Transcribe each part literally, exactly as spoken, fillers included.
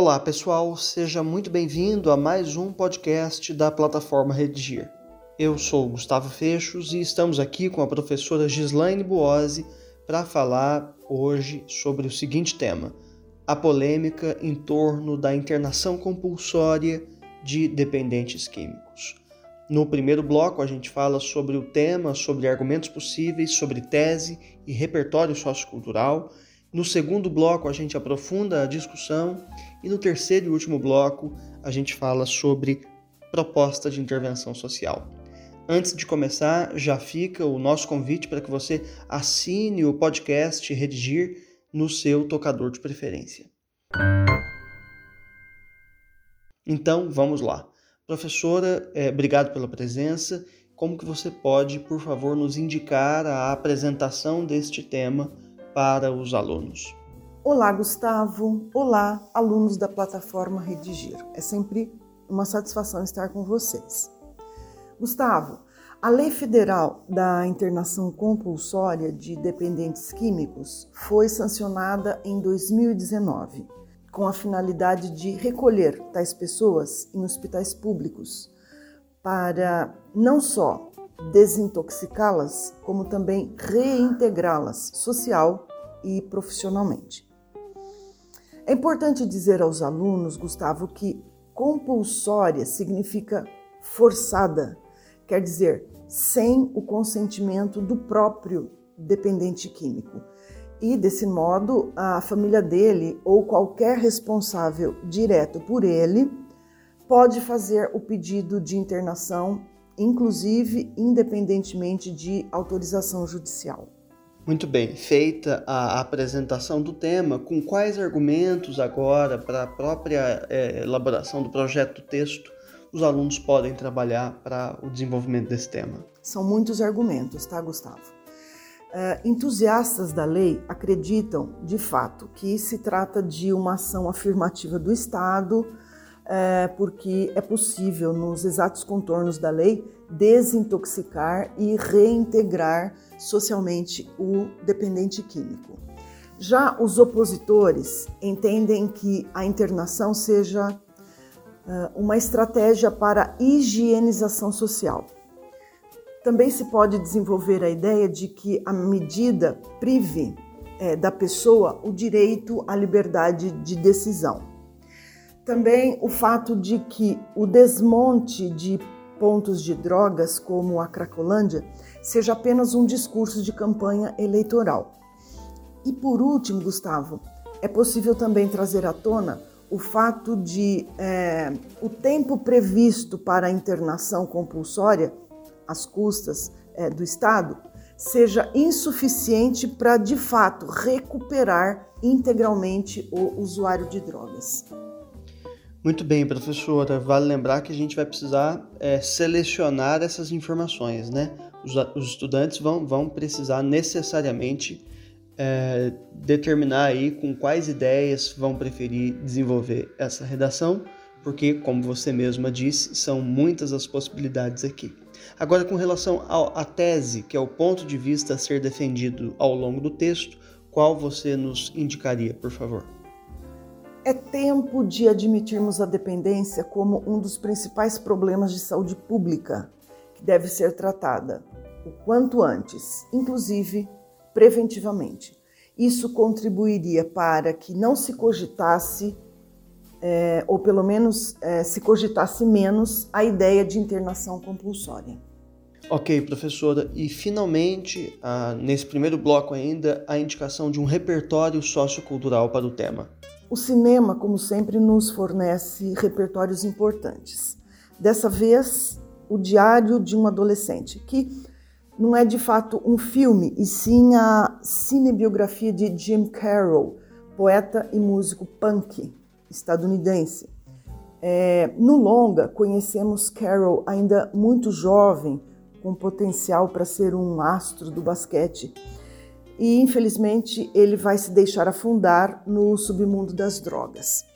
Olá pessoal, seja muito bem-vindo a mais um podcast da plataforma Redigir. Eu sou Gustavo Fechos e estamos aqui com a professora Gislaine Buozzi para falar hoje sobre o seguinte tema: a polêmica em torno da internação compulsória de dependentes químicos. No primeiro bloco a gente fala sobre o tema, sobre argumentos possíveis, sobre tese e repertório sociocultural. No segundo bloco a gente aprofunda a discussão e no terceiro e último bloco a gente fala sobre proposta de intervenção social. Antes de começar, já fica o nosso convite para que você assine o podcast Redigir no seu tocador de preferência. Então, vamos lá. Professora, é, obrigado pela presença. Como que você pode, por favor, nos indicar a apresentação deste tema para os alunos? Olá, Gustavo. Olá, alunos da plataforma Redigir. É sempre uma satisfação estar com vocês. Gustavo, a Lei Federal da Internação Compulsória de Dependentes Químicos foi sancionada em dois mil e dezenove, com a finalidade de recolher tais pessoas em hospitais públicos para não só desintoxicá-las, como também reintegrá-las social e profissionalmente. É importante dizer aos alunos, Gustavo, que compulsória significa forçada, quer dizer, sem o consentimento do próprio dependente químico. E, desse modo, a família dele ou qualquer responsável direto por ele pode fazer o pedido de internação, inclusive independentemente de autorização judicial. Muito bem, feita a apresentação do tema, com quais argumentos agora para a própria é, elaboração do projeto do texto os alunos podem trabalhar para o desenvolvimento desse tema? São muitos argumentos, tá, Gustavo? Uh, entusiastas da lei acreditam, de fato, que se trata de uma ação afirmativa do Estado, É, porque é possível, nos exatos contornos da lei, desintoxicar e reintegrar socialmente o dependente químico. Já os opositores entendem que a internação seja uh, uma estratégia para higienização social. Também se pode desenvolver a ideia de que a medida prive é, da pessoa o direito à liberdade de decisão. Também o fato de que o desmonte de pontos de drogas, como a Cracolândia, seja apenas um discurso de campanha eleitoral. E por último, Gustavo, é possível também trazer à tona o fato de é, o tempo previsto para a internação compulsória, às custas é, do Estado, seja insuficiente para, de fato, recuperar integralmente o usuário de drogas. Muito bem, professora. Vale lembrar que a gente vai precisar é, selecionar essas informações, né? Os, os estudantes vão, vão precisar necessariamente é, determinar aí com quais ideias vão preferir desenvolver essa redação, porque, como você mesma disse, são muitas as possibilidades aqui. Agora, com relação à tese, que é o ponto de vista a ser defendido ao longo do texto, qual você nos indicaria, por favor? É tempo de admitirmos a dependência como um dos principais problemas de saúde pública que deve ser tratada o quanto antes, inclusive preventivamente. Isso contribuiria para que não se cogitasse, é, ou pelo menos é, se cogitasse menos, a ideia de internação compulsória. Ok, professora. E finalmente, ah, nesse primeiro bloco ainda, a indicação de um repertório sociocultural para o tema. O cinema, como sempre, nos fornece repertórios importantes. Dessa vez, O Diário de um Adolescente, que não é de fato um filme, e sim a cinebiografia de Jim Carroll, poeta e músico punk estadunidense. É, no longa, conhecemos Carroll ainda muito jovem, com potencial para ser um astro do basquete, e infelizmente ele vai se deixar afundar no submundo das drogas.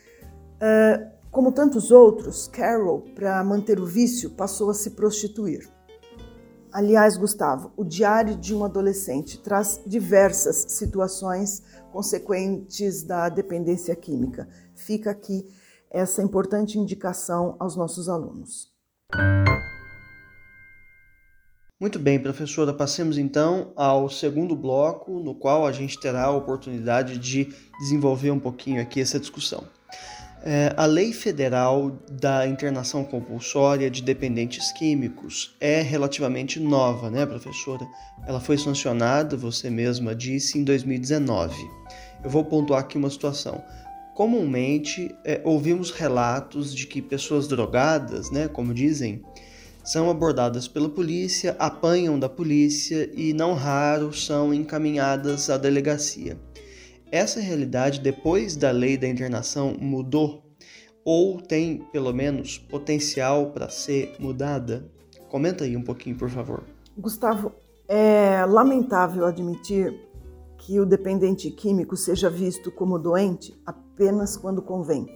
Uh, como tantos outros, Carroll, para manter o vício, passou a se prostituir. Aliás, Gustavo, o diário de um adolescente traz diversas situações consequentes da dependência química. Fica aqui essa importante indicação aos nossos alunos. Muito bem, professora, passemos então ao segundo bloco, no qual a gente terá a oportunidade de desenvolver um pouquinho aqui essa discussão. É, a Lei Federal da Internação Compulsória de Dependentes Químicos é relativamente nova, né, professora? Ela foi sancionada, você mesma disse, em dois mil e dezenove. Eu vou pontuar aqui uma situação. Comumente, é, ouvimos relatos de que pessoas drogadas, né, como dizem, são abordadas pela polícia, apanham da polícia e, não raro, são encaminhadas à delegacia. Essa realidade, depois da lei da internação, mudou ou tem, pelo menos, potencial para ser mudada? Comenta aí um pouquinho, por favor. Gustavo, é lamentável admitir que o dependente químico seja visto como doente apenas quando convém.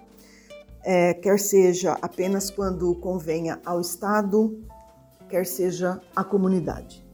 É, quer seja apenas quando convenha ao Estado, quer seja à comunidade.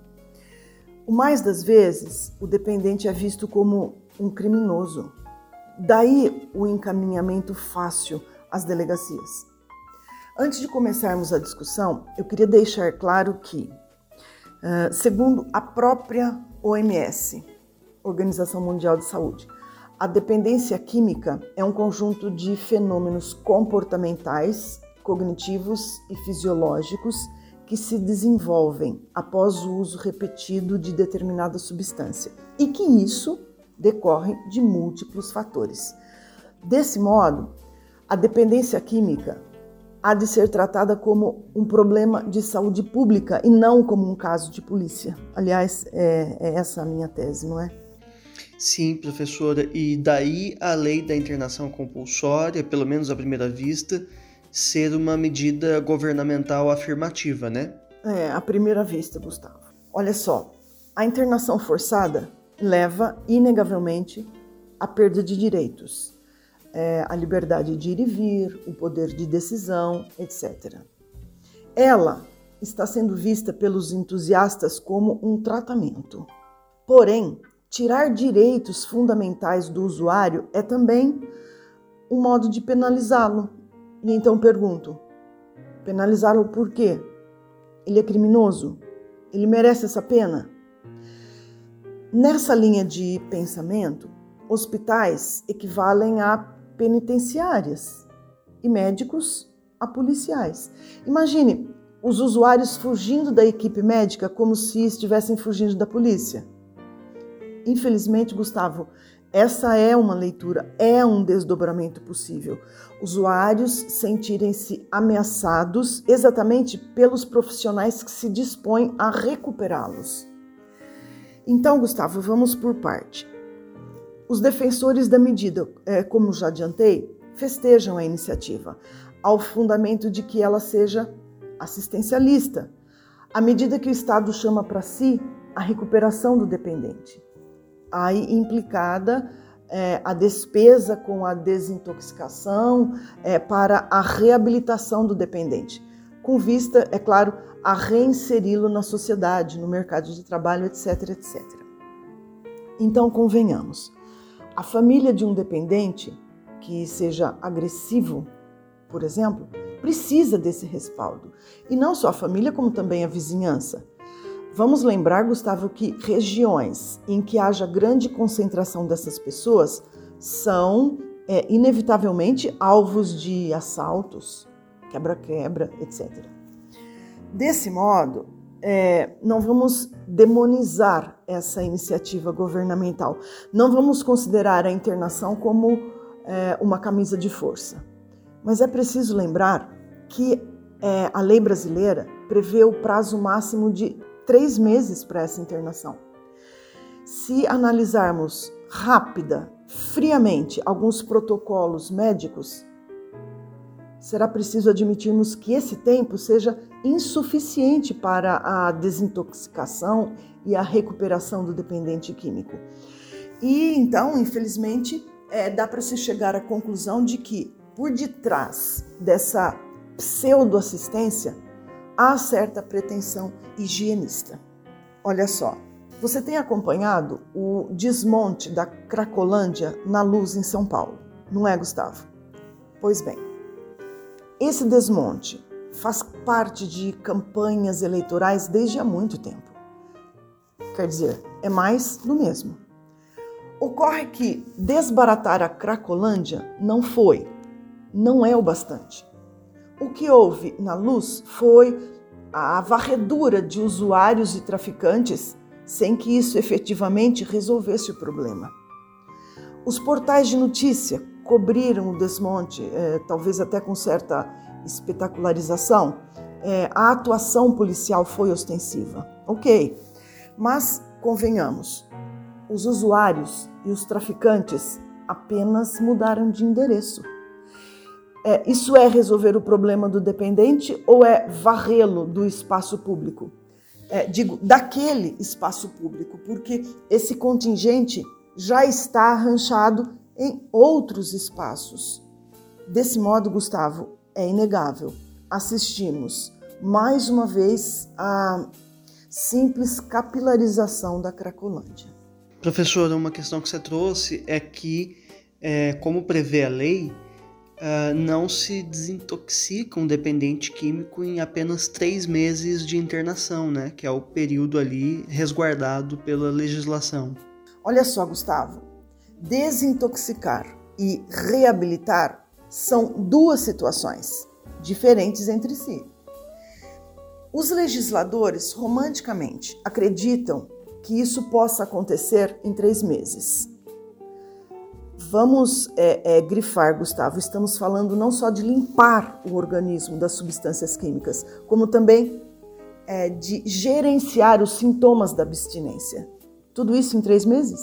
O mais das vezes, o dependente é visto como um criminoso. Daí o encaminhamento fácil às delegacias. Antes de começarmos a discussão, eu queria deixar claro que, segundo a própria O M S, Organização Mundial de Saúde, a dependência química é um conjunto de fenômenos comportamentais, cognitivos e fisiológicos que se desenvolvem após o uso repetido de determinada substância e que isso decorre de múltiplos fatores. Desse modo, a dependência química há de ser tratada como um problema de saúde pública e não como um caso de polícia. Aliás, é, é essa a minha tese, não é? Sim, professora, e daí a lei da internação compulsória, pelo menos à primeira vista, ser uma medida governamental afirmativa, né? É, à primeira vista, Gustavo. Olha só, a internação forçada leva, inegavelmente, à perda de direitos, é, a liberdade de ir e vir, o poder de decisão, etcétera. Ela está sendo vista pelos entusiastas como um tratamento. Porém, tirar direitos fundamentais do usuário é também um modo de penalizá-lo. E então pergunto, penalizá-lo por quê? Ele é criminoso? Ele merece essa pena? Nessa linha de pensamento, hospitais equivalem a penitenciárias e médicos a policiais. Imagine os usuários fugindo da equipe médica como se estivessem fugindo da polícia. Infelizmente, Gustavo, essa é uma leitura, é um desdobramento possível. Usuários sentirem-se ameaçados exatamente pelos profissionais que se dispõem a recuperá-los. Então, Gustavo, vamos por parte. Os defensores da medida, como já adiantei, festejam a iniciativa, ao fundamento de que ela seja assistencialista, à medida que o Estado chama para si a recuperação do dependente. Aí implicada é, a despesa com a desintoxicação é, para a reabilitação do dependente, com vista, é claro, a reinseri-lo na sociedade, no mercado de trabalho, etc, etcétera. Então, convenhamos, a família de um dependente que seja agressivo, por exemplo, precisa desse respaldo. E não só a família, como também a vizinhança. Vamos lembrar, Gustavo, que regiões em que haja grande concentração dessas pessoas são, é, inevitavelmente, alvos de assaltos, quebra-quebra, etcétera. Desse modo, é, não vamos demonizar essa iniciativa governamental, não vamos considerar a internação como é, uma camisa de força. Mas é preciso lembrar que é, a lei brasileira prevê o prazo máximo de três meses para essa internação. Se analisarmos rápida, friamente, alguns protocolos médicos, será preciso admitirmos que esse tempo seja insuficiente para a desintoxicação e a recuperação do dependente químico. E então, infelizmente, é, dá para se chegar à conclusão de que, por detrás dessa pseudoassistência, há certa pretensão higienista. Olha só, você tem acompanhado o desmonte da Cracolândia na Luz em São Paulo, não é, Gustavo? Pois bem, esse desmonte faz parte de campanhas eleitorais desde há muito tempo. Quer dizer, é mais do mesmo. Ocorre que desbaratar a Cracolândia não foi, não é o bastante. O que houve na Luz foi a varredura de usuários e traficantes sem que isso efetivamente resolvesse o problema. Os portais de notícia cobriram o desmonte, eh, talvez até com certa espetacularização. Eh, a atuação policial foi ostensiva, ok, mas convenhamos, os usuários e os traficantes apenas mudaram de endereço. É, isso é resolver o problema do dependente ou é varrê-lo do espaço público? É, digo, daquele espaço público, porque esse contingente já está arranchado em outros espaços. Desse modo, Gustavo, é inegável. Assistimos, mais uma vez, à simples capilarização da Cracolândia. Professora, uma questão que você trouxe é que, é, como prevê a lei, Uh, não se desintoxica um dependente químico em apenas três meses de internação, né? Que é o período ali resguardado pela legislação. Olha só, Gustavo, desintoxicar e reabilitar são duas situações diferentes entre si. Os legisladores, romanticamente, acreditam que isso possa acontecer em três meses. Vamos é, é, grifar, Gustavo, estamos falando não só de limpar o organismo das substâncias químicas, como também é, de gerenciar os sintomas da abstinência. Tudo isso em três meses?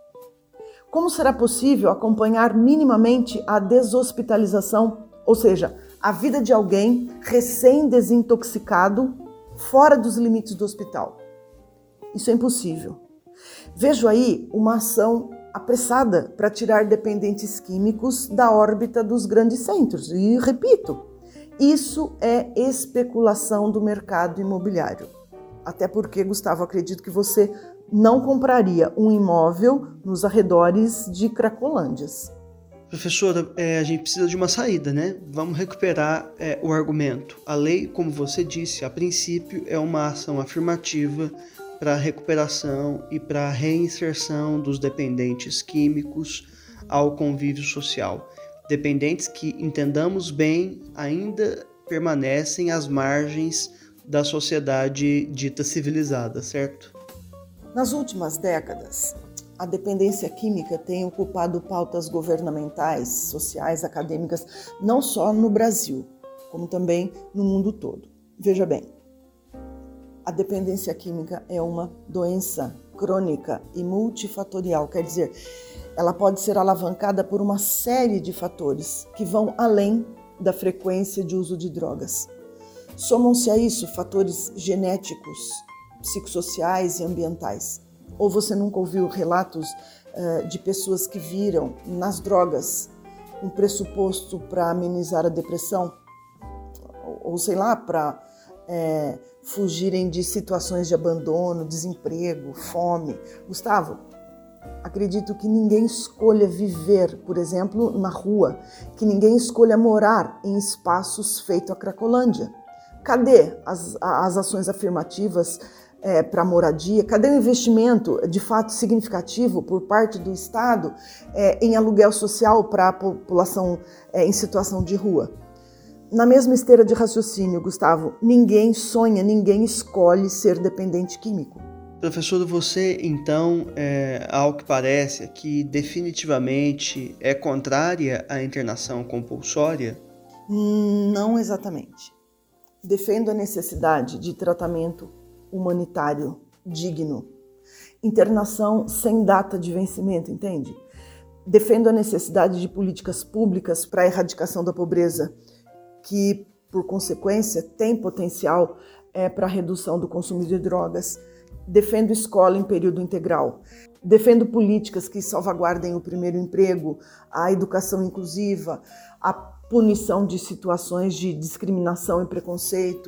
Como será possível acompanhar minimamente a deshospitalização, ou seja, a vida de alguém recém-desintoxicado fora dos limites do hospital? Isso é impossível. Vejo aí uma ação apressada para tirar dependentes químicos da órbita dos grandes centros. E, repito, isso é especulação do mercado imobiliário. Até porque, Gustavo, acredito que você não compraria um imóvel nos arredores de Cracolândias. Professora, é, a gente precisa de uma saída, né? Vamos recuperar é, o argumento. A lei, como você disse, a princípio é uma ação afirmativa para a recuperação e para a reinserção dos dependentes químicos ao convívio social. Dependentes que, entendamos bem, ainda permanecem às margens da sociedade dita civilizada, certo? Nas últimas décadas, a dependência química tem ocupado pautas governamentais, sociais, acadêmicas, não só no Brasil, como também no mundo todo. Veja bem, a dependência química é uma doença crônica e multifatorial, quer dizer, ela pode ser alavancada por uma série de fatores que vão além da frequência de uso de drogas. Somam-se a isso fatores genéticos, psicossociais e ambientais. Ou você nunca ouviu relatos uh, de pessoas que viram nas drogas um pressuposto para amenizar a depressão? Ou, ou sei lá, para é, fugirem de situações de abandono, desemprego, fome. Gustavo, acredito que ninguém escolha viver, por exemplo, na rua, que ninguém escolha morar em espaços feitos a Cracolândia. Cadê as, as ações afirmativas é, para moradia? Cadê o investimento de fato significativo por parte do Estado é, em aluguel social para a população é, em situação de rua? Na mesma esteira de raciocínio, Gustavo, ninguém sonha, ninguém escolhe ser dependente químico. Professor, você, então, é, ao que parece, que definitivamente é contrária à internação compulsória? Não exatamente. Defendo a necessidade de tratamento humanitário digno. Internação sem data de vencimento, entende? Defendo a necessidade de políticas públicas para a erradicação da pobreza, que, por consequência, tem potencial é, para a redução do consumo de drogas. Defendo escola em período integral. Defendo políticas que salvaguardem o primeiro emprego, a educação inclusiva, a punição de situações de discriminação e preconceito,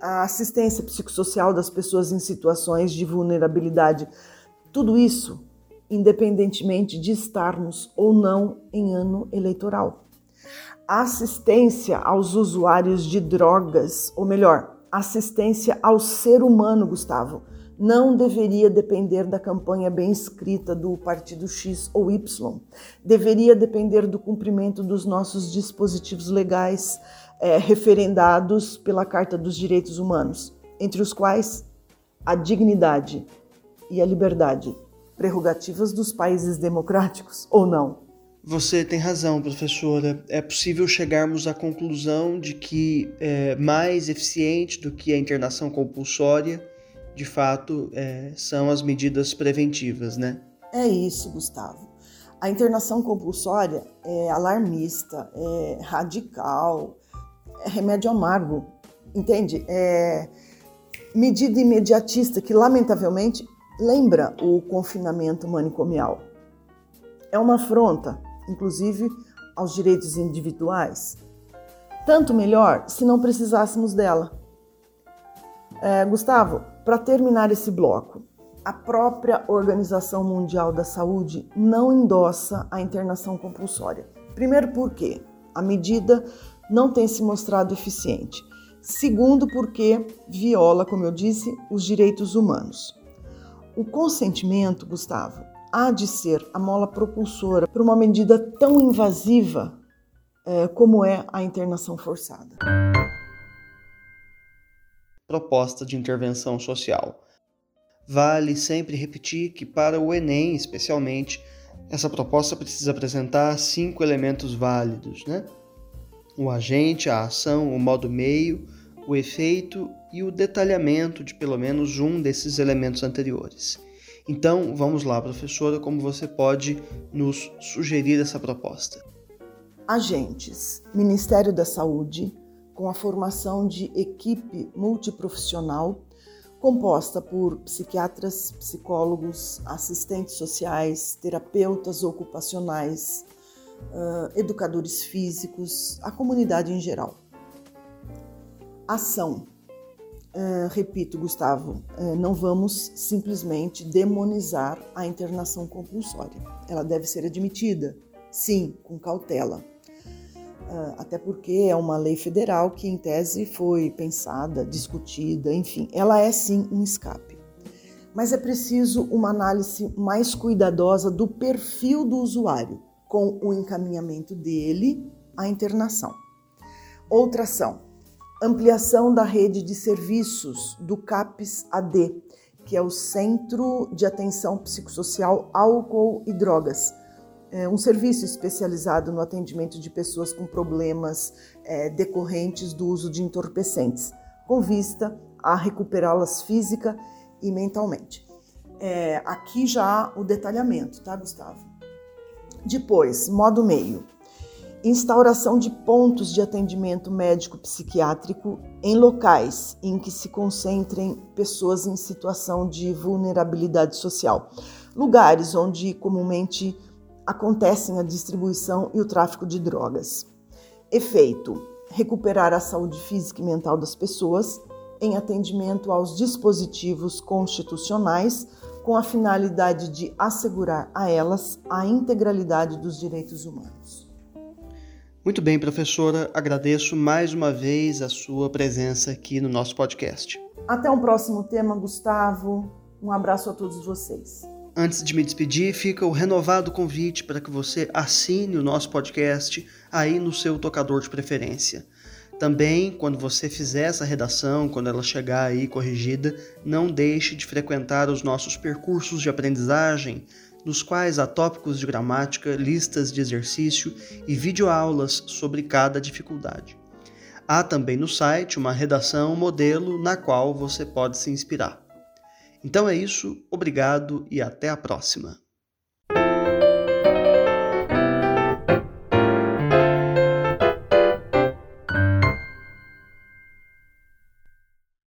a assistência psicossocial das pessoas em situações de vulnerabilidade, tudo isso independentemente de estarmos ou não em ano eleitoral. A assistência aos usuários de drogas, ou melhor, assistência ao ser humano, Gustavo, não deveria depender da campanha bem escrita do partido X ou Y. Deveria depender do cumprimento dos nossos dispositivos legais é, referendados pela Carta dos Direitos Humanos, entre os quais a dignidade e a liberdade, prerrogativas dos países democráticos, ou não? Você tem razão, professora. É possível chegarmos à conclusão de que é mais eficiente do que a internação compulsória, de fato, é, são as medidas preventivas, né? É isso, Gustavo. A internação compulsória é alarmista, é radical, é remédio amargo, entende? É medida imediatista que, lamentavelmente, lembra o confinamento manicomial. É uma afronta, inclusive, aos direitos individuais. Tanto melhor se não precisássemos dela. É, Gustavo, para terminar esse bloco, a própria Organização Mundial da Saúde não endossa a internação compulsória. Primeiro porque a medida não tem se mostrado eficiente. Segundo porque viola, como eu disse, os direitos humanos. O consentimento, Gustavo, há de ser a mola propulsora para uma medida tão invasiva é, como é a internação forçada. Proposta de intervenção social. Vale sempre repetir que para o Enem, especialmente, essa proposta precisa apresentar cinco elementos válidos, né? O agente, a ação, o modo meio, o efeito e o detalhamento de pelo menos um desses elementos anteriores. Então, vamos lá, professora, como você pode nos sugerir essa proposta? Agentes, Ministério da Saúde, com a formação de equipe multiprofissional, composta por psiquiatras, psicólogos, assistentes sociais, terapeutas ocupacionais, uh, educadores físicos, a comunidade em geral. Ação. Uh, repito, Gustavo, uh, não vamos simplesmente demonizar a internação compulsória. Ela deve ser admitida, sim, com cautela. Uh, até porque é uma lei federal que, em tese, foi pensada, discutida, enfim, ela é sim um escape. Mas é preciso uma análise mais cuidadosa do perfil do usuário, com o encaminhamento dele à internação. Outra ação. Ampliação da rede de serviços do CAPS-A D, que é o Centro de Atenção Psicossocial Álcool e Drogas, é um serviço especializado no atendimento de pessoas com problemas é, decorrentes do uso de entorpecentes, com vista a recuperá-las física e mentalmente. É, aqui já há o detalhamento, tá, Gustavo? Depois, modo meio. Instauração de pontos de atendimento médico-psiquiátrico em locais em que se concentrem pessoas em situação de vulnerabilidade social. Lugares onde comumente acontecem a distribuição e o tráfico de drogas. Efeito: recuperar a saúde física e mental das pessoas em atendimento aos dispositivos constitucionais com a finalidade de assegurar a elas a integralidade dos direitos humanos. Muito bem, professora, agradeço mais uma vez a sua presença aqui no nosso podcast. Até um próximo tema, Gustavo. Um abraço a todos vocês. Antes de me despedir, fica o renovado convite para que você assine o nosso podcast aí no seu tocador de preferência. Também, quando você fizer essa redação, quando ela chegar aí corrigida, não deixe de frequentar os nossos percursos de aprendizagem, nos quais há tópicos de gramática, listas de exercício e videoaulas sobre cada dificuldade. Há também no site uma redação modelo na qual você pode se inspirar. Então é isso, obrigado e até a próxima!